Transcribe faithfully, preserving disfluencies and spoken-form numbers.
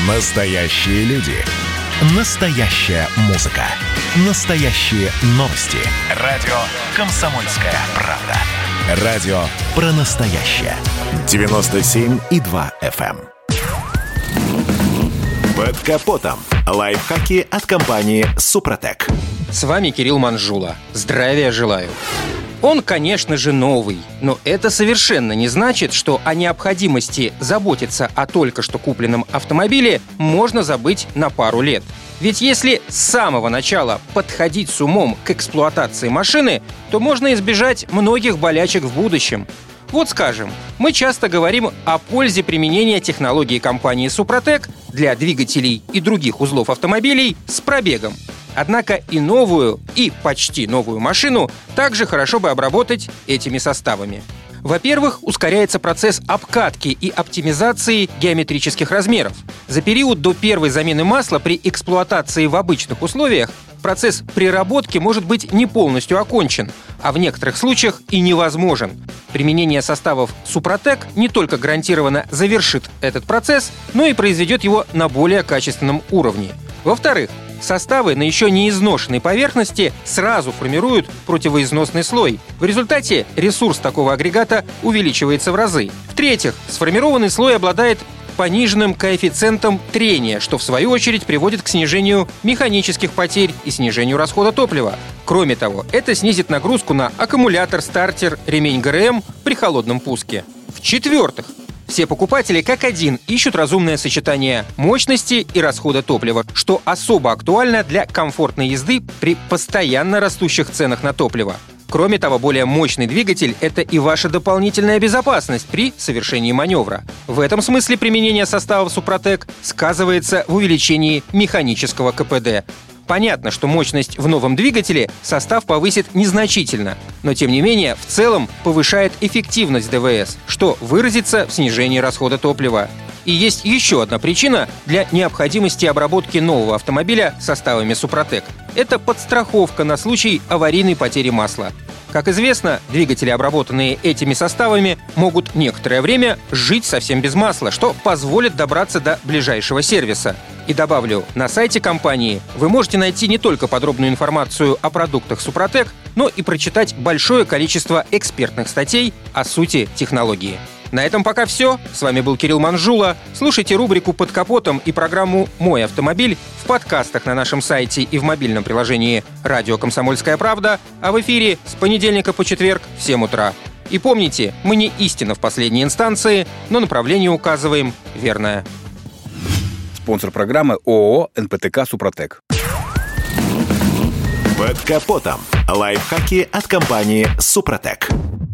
Настоящие люди. Настоящая музыка. Настоящие новости. Радио «Комсомольская правда». Радио про настоящее. девяносто семь и два эф эм. Под капотом. Лайфхаки от компании «Супротек». С вами Кирилл Манжула. Здравия желаю. Он, конечно же, новый, но это совершенно не значит, что о необходимости заботиться о только что купленном автомобиле можно забыть на пару лет. Ведь если с самого начала подходить с умом к эксплуатации машины, то можно избежать многих болячек в будущем. Вот скажем, мы часто говорим о пользе применения технологии компании «Супротек» для двигателей и других узлов автомобилей с пробегом. Однако и новую, и почти новую машину также хорошо бы обработать этими составами. Во-первых, ускоряется процесс обкатки и оптимизации геометрических размеров. За период до первой замены масла при эксплуатации в обычных условиях процесс приработки может быть не полностью окончен, а в некоторых случаях и невозможен. Применение составов «Супротек» не только гарантированно завершит этот процесс, но и произведет его на более качественном уровне. Во-вторых, составы на еще не изношенной поверхности сразу формируют противоизносный слой. В результате ресурс такого агрегата увеличивается в разы. В-третьих, сформированный слой обладает пониженным коэффициентом трения, что в свою очередь приводит к снижению механических потерь и снижению расхода топлива. Кроме того, это снизит нагрузку на аккумулятор, стартер, ремень гэ эр эм при холодном пуске. В-четвертых, все покупатели как один ищут разумное сочетание мощности и расхода топлива, что особо актуально для комфортной езды при постоянно растущих ценах на топливо. Кроме того, более мощный двигатель – это и ваша дополнительная безопасность при совершении маневра. В этом смысле применение составов «Супротек» сказывается в увеличении механического ка пэ дэ. Понятно, что мощность в новом двигателе состав повысит незначительно, но тем не менее в целом повышает эффективность дэ вэ эс, что выразится в снижении расхода топлива. И есть еще одна причина для необходимости обработки нового автомобиля составами «Супротек». Это подстраховка на случай аварийной потери масла. Как известно, двигатели, обработанные этими составами, могут некоторое время жить совсем без масла, что позволит добраться до ближайшего сервиса. И добавлю, на сайте компании вы можете найти не только подробную информацию о продуктах «Супротек», но и прочитать большое количество экспертных статей о сути технологии. На этом пока все. С вами был Кирилл Манжула. Слушайте рубрику «Под капотом» и программу «Мой автомобиль» в подкастах на нашем сайте и в мобильном приложении «Радио Комсомольская правда», а в эфире с понедельника по четверг в семь утра. И помните, мы не истина в последней инстанции, но направление указываем верное. Спонсор программы ООО эн пэ тэ ка «Супротек». Под капотом. Лайфхаки от компании «Супротек».